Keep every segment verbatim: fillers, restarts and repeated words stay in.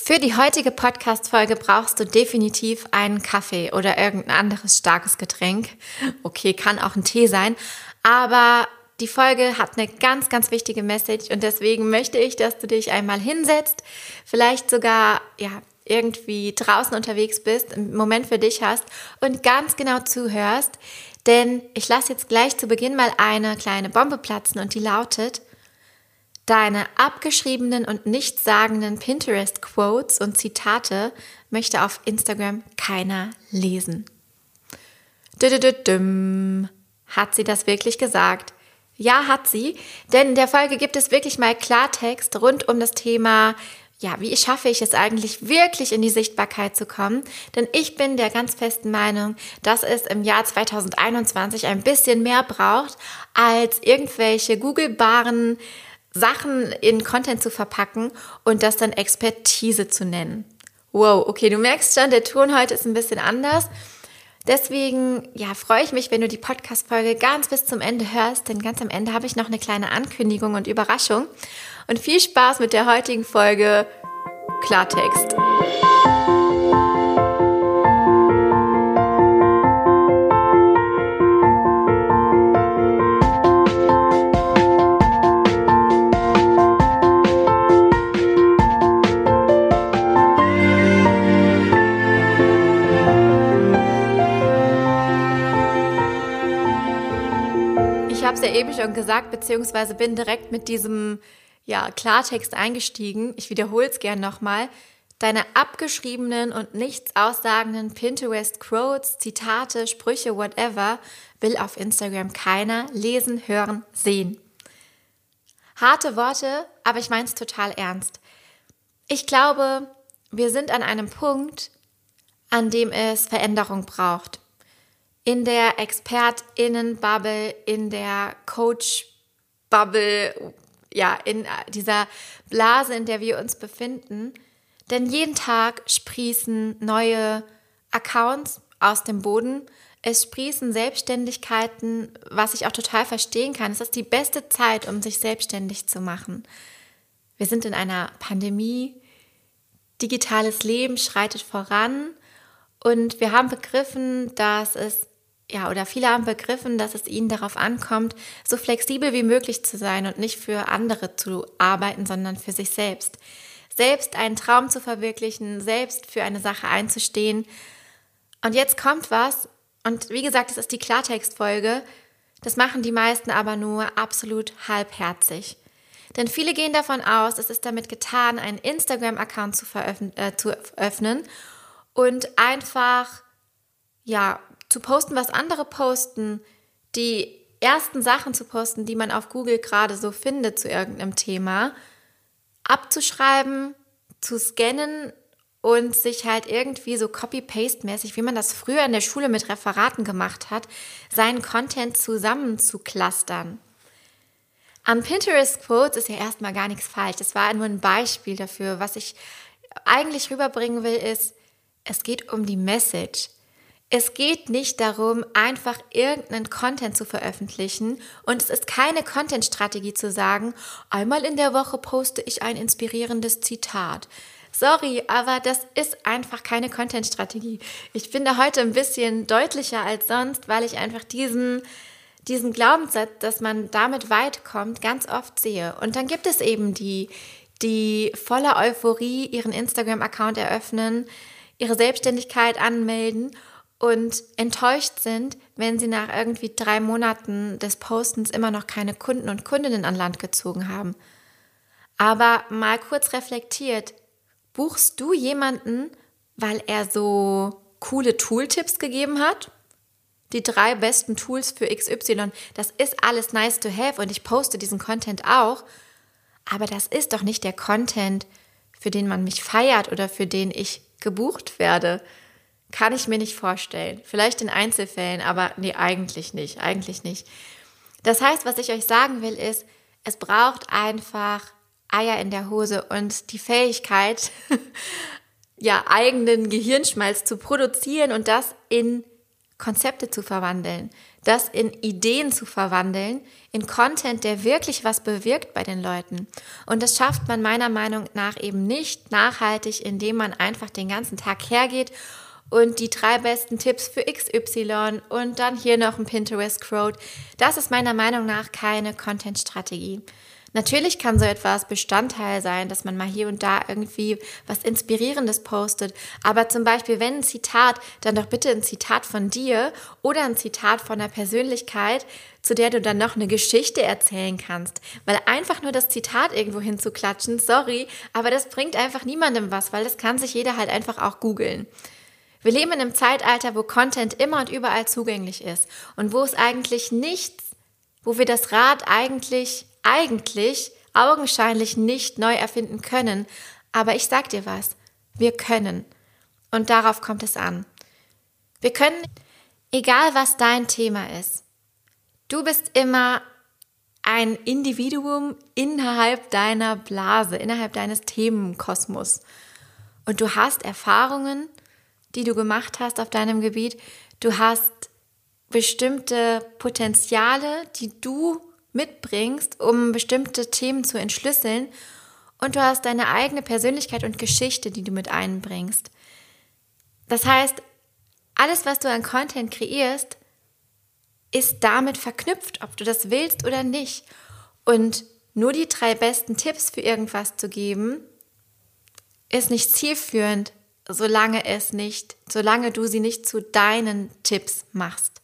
Für die heutige Podcast-Folge brauchst du definitiv einen Kaffee oder irgendein anderes starkes Getränk. Okay, kann auch ein Tee sein, aber die Folge hat eine ganz, ganz wichtige Message und deswegen möchte ich, dass du dich einmal hinsetzt, vielleicht sogar ja irgendwie draußen unterwegs bist, einen Moment für dich hast und ganz genau zuhörst, denn ich lasse jetzt gleich zu Beginn mal eine kleine Bombe platzen und die lautet: Deine abgeschriebenen und nichtssagenden Pinterest-Quotes und Zitate möchte auf Instagram keiner lesen. Düdüdüdüm. Hat sie das wirklich gesagt? Ja, hat sie, denn in der Folge gibt es wirklich mal Klartext rund um das Thema, ja, wie schaffe ich es eigentlich wirklich in die Sichtbarkeit zu kommen? Denn ich bin der ganz festen Meinung, dass es im Jahr zwanzig einundzwanzig ein bisschen mehr braucht, als irgendwelche googelbaren Sachen in Content zu verpacken und das dann Expertise zu nennen. Wow, okay, du merkst schon, der Ton heute ist ein bisschen anders. Deswegen ja, freue ich mich, wenn du die Podcast-Folge ganz bis zum Ende hörst, denn ganz am Ende habe ich noch eine kleine Ankündigung und Überraschung. Und viel Spaß mit der heutigen Folge Klartext. Ich habe es ja eben schon gesagt, beziehungsweise bin direkt mit diesem ja, Klartext eingestiegen. Ich wiederhole es gern nochmal. Deine abgeschriebenen und nichts aussagenden Pinterest-Quotes, Zitate, Sprüche, whatever, will auf Instagram keiner lesen, hören, sehen. Harte Worte, aber ich meine es total ernst. Ich glaube, wir sind an einem Punkt, an dem es Veränderung braucht. In der ExpertInnen-Bubble, in der Coach-Bubble, ja, in dieser Blase, in der wir uns befinden. Denn jeden Tag sprießen neue Accounts aus dem Boden. Es sprießen Selbstständigkeiten, was ich auch total verstehen kann. Es ist die beste Zeit, um sich selbstständig zu machen. Wir sind in einer Pandemie. Digitales Leben schreitet voran. Und wir haben begriffen, dass es Ja, oder viele haben begriffen, dass es ihnen darauf ankommt, so flexibel wie möglich zu sein und nicht für andere zu arbeiten, sondern für sich selbst. Selbst einen Traum zu verwirklichen, selbst für eine Sache einzustehen. Und jetzt kommt was, und wie gesagt, es ist die Klartextfolge, das machen die meisten aber nur absolut halbherzig. Denn viele gehen davon aus, es ist damit getan, einen Instagram-Account zu, veröffn- äh, zu öffnen und einfach, ja, zu posten, was andere posten, die ersten Sachen zu posten, die man auf Google gerade so findet zu irgendeinem Thema, abzuschreiben, zu scannen und sich halt irgendwie so Copy-Paste-mäßig, wie man das früher in der Schule mit Referaten gemacht hat, seinen Content zusammenzuklustern. An Pinterest-Quotes ist ja erstmal gar nichts falsch. Das war nur ein Beispiel dafür. Was ich eigentlich rüberbringen will, ist, es geht um die Message. Es geht nicht darum, einfach irgendeinen Content zu veröffentlichen und es ist keine Content-Strategie zu sagen, einmal in der Woche poste ich ein inspirierendes Zitat. Sorry, aber das ist einfach keine Content-Strategie. Ich bin da heute ein bisschen deutlicher als sonst, weil ich einfach diesen, diesen Glaubenssatz, dass man damit weit kommt, ganz oft sehe. Und dann gibt es eben die, die voller Euphorie ihren Instagram-Account eröffnen, ihre Selbstständigkeit anmelden und enttäuscht sind, wenn sie nach irgendwie drei Monaten des Postens immer noch keine Kunden und Kundinnen an Land gezogen haben. Aber mal kurz reflektiert, buchst du jemanden, weil er so coole Tooltips gegeben hat? Die drei besten Tools für X Y, das ist alles nice to have und ich poste diesen Content auch, aber das ist doch nicht der Content, für den man mich feiert oder für den ich gebucht werde. Kann ich mir nicht vorstellen. Vielleicht in Einzelfällen, aber nee, eigentlich nicht. Eigentlich nicht. Das heißt, was ich euch sagen will, ist, es braucht einfach Eier in der Hose und die Fähigkeit, ja, eigenen Gehirnschmalz zu produzieren und das in Konzepte zu verwandeln, das in Ideen zu verwandeln, in Content, der wirklich was bewirkt bei den Leuten. Und das schafft man meiner Meinung nach eben nicht nachhaltig, indem man einfach den ganzen Tag hergeht und die drei besten Tipps für X Y und dann hier noch ein Pinterest-Quote. Das ist meiner Meinung nach keine Content-Strategie. Natürlich kann so etwas Bestandteil sein, dass man mal hier und da irgendwie was Inspirierendes postet. Aber zum Beispiel, wenn ein Zitat, dann doch bitte ein Zitat von dir oder ein Zitat von einer Persönlichkeit, zu der du dann noch eine Geschichte erzählen kannst. Weil einfach nur das Zitat irgendwo hinzuklatschen, sorry, aber das bringt einfach niemandem was, weil das kann sich jeder halt einfach auch googeln. Wir leben in einem Zeitalter, wo Content immer und überall zugänglich ist und wo es eigentlich nichts, wo wir das Rad eigentlich eigentlich augenscheinlich nicht neu erfinden können. Aber ich sag dir was, wir können. Und darauf kommt es an. Wir können, egal was dein Thema ist, du bist immer ein Individuum innerhalb deiner Blase, innerhalb deines Themenkosmos. Und du hast Erfahrungen, die du gemacht hast auf deinem Gebiet. Du hast bestimmte Potenziale, die du mitbringst, um bestimmte Themen zu entschlüsseln, und du hast deine eigene Persönlichkeit und Geschichte, die du mit einbringst. Das heißt, alles, was du an Content kreierst, ist damit verknüpft, ob du das willst oder nicht. Und nur die drei besten Tipps für irgendwas zu geben, ist nicht zielführend, solange es nicht, solange du sie nicht zu deinen Tipps machst.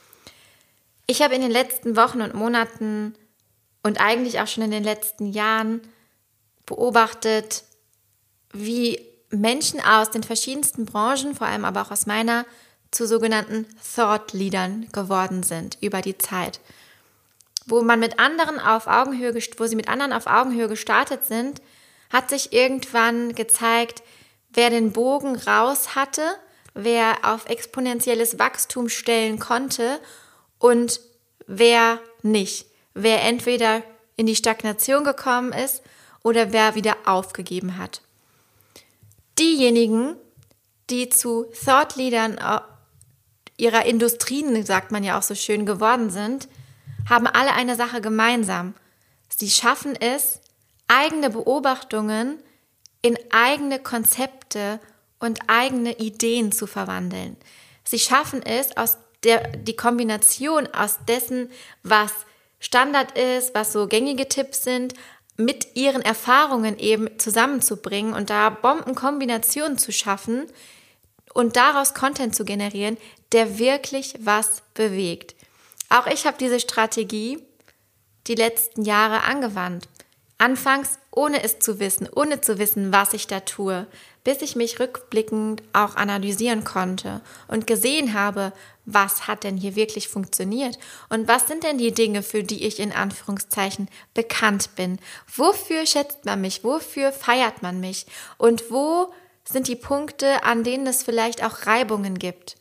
Ich habe in den letzten Wochen und Monaten und eigentlich auch schon in den letzten Jahren beobachtet, wie Menschen aus den verschiedensten Branchen, vor allem aber auch aus meiner, zu sogenannten Thought Leadern geworden sind über die Zeit. Wo man mit anderen auf Augenhöhe, wo sie mit anderen auf Augenhöhe gestartet sind, hat sich irgendwann gezeigt, wer den Bogen raus hatte, wer auf exponentielles Wachstum stellen konnte und wer nicht. Wer entweder in die Stagnation gekommen ist oder wer wieder aufgegeben hat. Diejenigen, die zu Thought Leadern ihrer Industrien, sagt man ja auch so schön, geworden sind, haben alle eine Sache gemeinsam. Sie schaffen es, eigene Beobachtungen in eigene Konzepte und eigene Ideen zu verwandeln. Sie schaffen es, aus der, die Kombination aus dessen, was Standard ist, was so gängige Tipps sind, mit ihren Erfahrungen eben zusammenzubringen und da Bombenkombinationen zu schaffen und daraus Content zu generieren, der wirklich was bewegt. Auch ich habe diese Strategie die letzten Jahre angewandt. Anfangs ohne es zu wissen, ohne zu wissen, was ich da tue, bis ich mich rückblickend auch analysieren konnte und gesehen habe, was hat denn hier wirklich funktioniert und was sind denn die Dinge, für die ich in Anführungszeichen bekannt bin. Wofür schätzt man mich, wofür feiert man mich und wo sind die Punkte, an denen es vielleicht auch Reibungen gibt.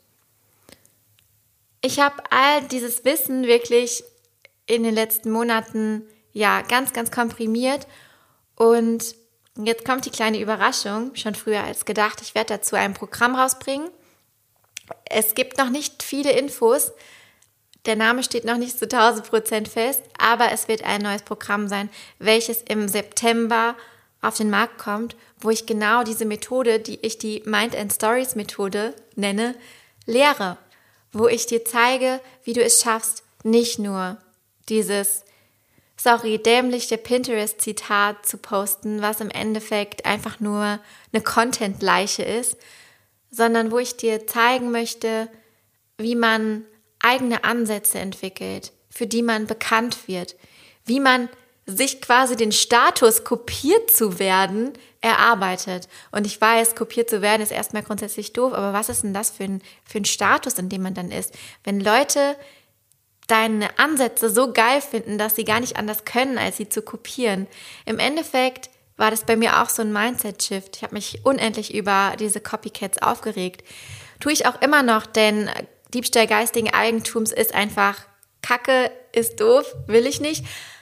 Ich habe all dieses Wissen wirklich in den letzten Monaten ja ganz, ganz komprimiert und jetzt kommt die kleine Überraschung, schon früher als gedacht. Ich werde dazu ein Programm rausbringen. Es gibt noch nicht viele Infos. Der Name steht noch nicht zu tausend Prozent fest, aber es wird ein neues Programm sein, welches im September auf den Markt kommt, wo ich genau diese Methode, die ich die Mind and Stories Methode nenne, lehre. Wo ich dir zeige, wie du es schaffst, nicht nur dieses sorry, dämliche Pinterest-Zitat zu posten, was im Endeffekt einfach nur eine Content-Leiche ist, sondern wo ich dir zeigen möchte, wie man eigene Ansätze entwickelt, für die man bekannt wird, wie man sich quasi den Status, kopiert zu werden, erarbeitet. Und ich weiß, kopiert zu werden ist erstmal grundsätzlich doof, aber was ist denn das für ein, für ein Status, in dem man dann ist? Wenn Leute deine Ansätze so geil finden, dass sie gar nicht anders können, als sie zu kopieren. Im Endeffekt war das bei mir auch so ein Mindset-Shift. Ich habe mich unendlich über diese Copycats aufgeregt. Tue ich auch immer noch, denn Diebstahl geistigen Eigentums ist einfach Kacke, ist doof, will ich nicht.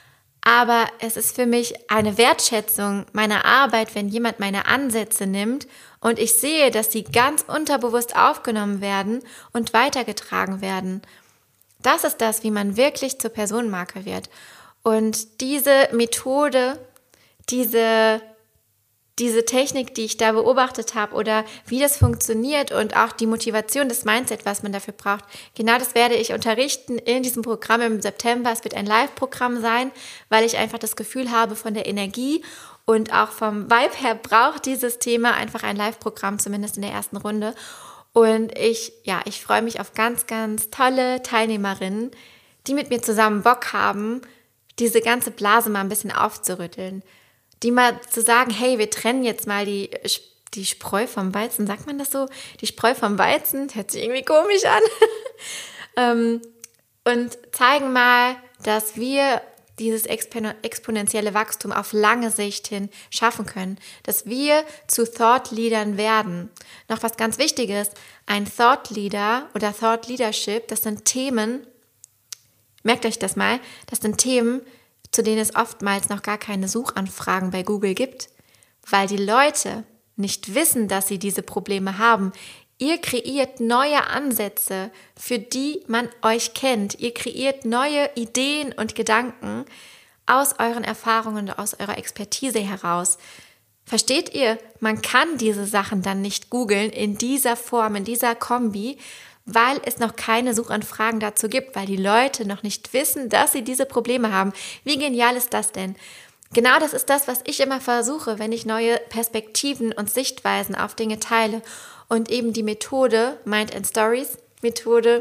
Aber es ist für mich eine Wertschätzung meiner Arbeit, wenn jemand meine Ansätze nimmt und ich sehe, dass sie ganz unterbewusst aufgenommen werden und weitergetragen werden. Das ist das, wie man wirklich zur Personenmarke wird. Und diese Methode, diese diese Technik, die ich da beobachtet habe oder wie das funktioniert und auch die Motivation, das Mindset, was man dafür braucht, genau das werde ich unterrichten in diesem Programm im September. Es wird ein Live-Programm sein, weil ich einfach das Gefühl habe, von der Energie und auch vom Vibe her braucht dieses Thema einfach ein Live-Programm, zumindest in der ersten Runde. Und ich, ja, ich freue mich auf ganz, ganz tolle Teilnehmerinnen, die mit mir zusammen Bock haben, diese ganze Blase mal ein bisschen aufzurütteln. Die mal zu sagen, hey, wir trennen jetzt mal die, die Spreu vom Weizen, sagt man das so? Die Spreu vom Weizen, hört sich irgendwie komisch an. ähm, und zeigen mal, dass wir dieses exponentielle Wachstum auf lange Sicht hin schaffen können, dass wir zu Thought Leadern werden. Noch was ganz Wichtiges, ein Thought Leader oder Thought Leadership, das sind Themen, merkt euch das mal, das sind Themen, zu denen es oftmals noch gar keine Suchanfragen bei Google gibt, weil die Leute nicht wissen, dass sie diese Probleme haben. Ihr kreiert neue Ansätze, für die man euch kennt. Ihr kreiert neue Ideen und Gedanken aus euren Erfahrungen und aus eurer Expertise heraus. Versteht ihr? Man kann diese Sachen dann nicht googeln in dieser Form, in dieser Kombi, weil es noch keine Suchanfragen dazu gibt, weil die Leute noch nicht wissen, dass sie diese Probleme haben. Wie genial ist das denn? Genau das ist das, was ich immer versuche, wenn ich neue Perspektiven und Sichtweisen auf Dinge teile. Und eben die Methode, Mind and Stories Methode,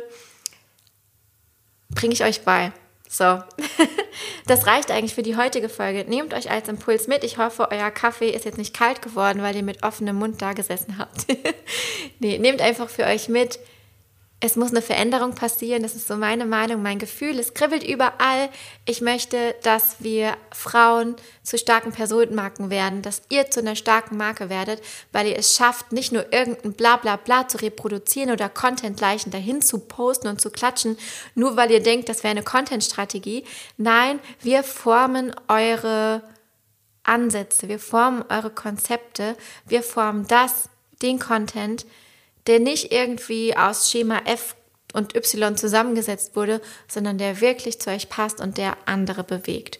bringe ich euch bei. So, das reicht eigentlich für die heutige Folge. Nehmt euch als Impuls mit. Ich hoffe, euer Kaffee ist jetzt nicht kalt geworden, weil ihr mit offenem Mund da gesessen habt. Nee, nehmt einfach für euch mit. Es muss eine Veränderung passieren, das ist so meine Meinung, mein Gefühl. Es kribbelt überall. Ich möchte, dass wir Frauen zu starken Personenmarken werden, dass ihr zu einer starken Marke werdet, weil ihr es schafft, nicht nur irgendein Blablabla zu reproduzieren oder Content-Leichen dahin zu posten und zu klatschen, nur weil ihr denkt, das wäre eine Content-Strategie. Nein, wir formen eure Ansätze, wir formen eure Konzepte, wir formen das, den Content, der nicht irgendwie aus Schema F und Y zusammengesetzt wurde, sondern der wirklich zu euch passt und der andere bewegt.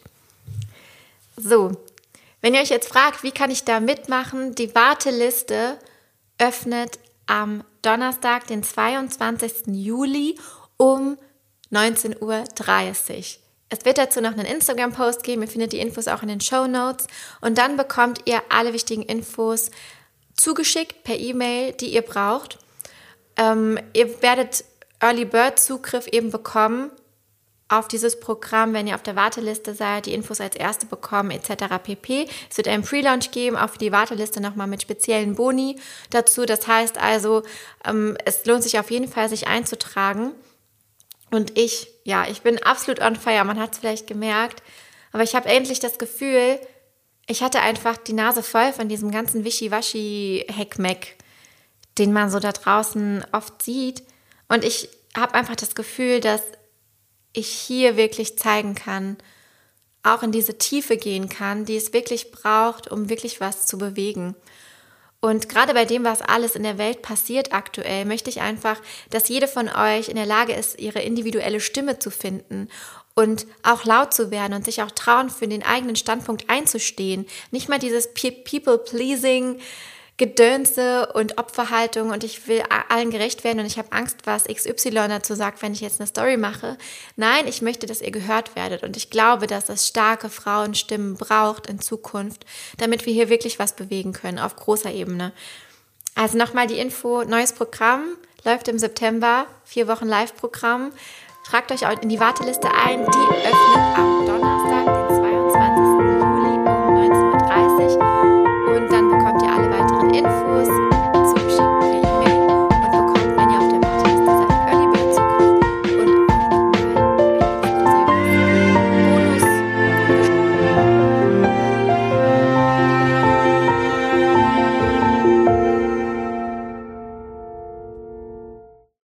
So, wenn ihr euch jetzt fragt, wie kann ich da mitmachen, die Warteliste öffnet am Donnerstag, den zweiundzwanzigsten Juli um neunzehn Uhr dreißig. Es wird dazu noch einen Instagram-Post geben, ihr findet die Infos auch in den Shownotes und dann bekommt ihr alle wichtigen Infos zugeschickt per E-Mail, die ihr braucht. Ähm, ihr werdet Early Bird Zugriff eben bekommen auf dieses Programm, wenn ihr auf der Warteliste seid, die Infos als Erste bekommen et cetera pp. Es wird einen Pre-Launch geben, auch für die Warteliste nochmal mit speziellen Boni dazu. Das heißt also, ähm, es lohnt sich auf jeden Fall, sich einzutragen. Und ich, ja, ich bin absolut on fire, man hat es vielleicht gemerkt, aber ich habe endlich das Gefühl, ich hatte einfach die Nase voll von diesem ganzen Wischiwaschi-Heckmeck, den man so da draußen oft sieht. Und ich habe einfach das Gefühl, dass ich hier wirklich zeigen kann, auch in diese Tiefe gehen kann, die es wirklich braucht, um wirklich was zu bewegen. Und gerade bei dem, was alles in der Welt passiert aktuell, möchte ich einfach, dass jede von euch in der Lage ist, ihre individuelle Stimme zu finden und auch laut zu werden und sich auch trauen, für den eigenen Standpunkt einzustehen. Nicht mal dieses People-Pleasing, Gedönse und Opferhaltung und ich will allen gerecht werden und ich habe Angst, was X Y dazu sagt, wenn ich jetzt eine Story mache. Nein, ich möchte, dass ihr gehört werdet und ich glaube, dass es starke Frauenstimmen braucht in Zukunft, damit wir hier wirklich was bewegen können auf großer Ebene. Also nochmal die Info, neues Programm, läuft im September, vier Wochen Live-Programm. Tragt euch auch in die Warteliste ein, die öffnet ab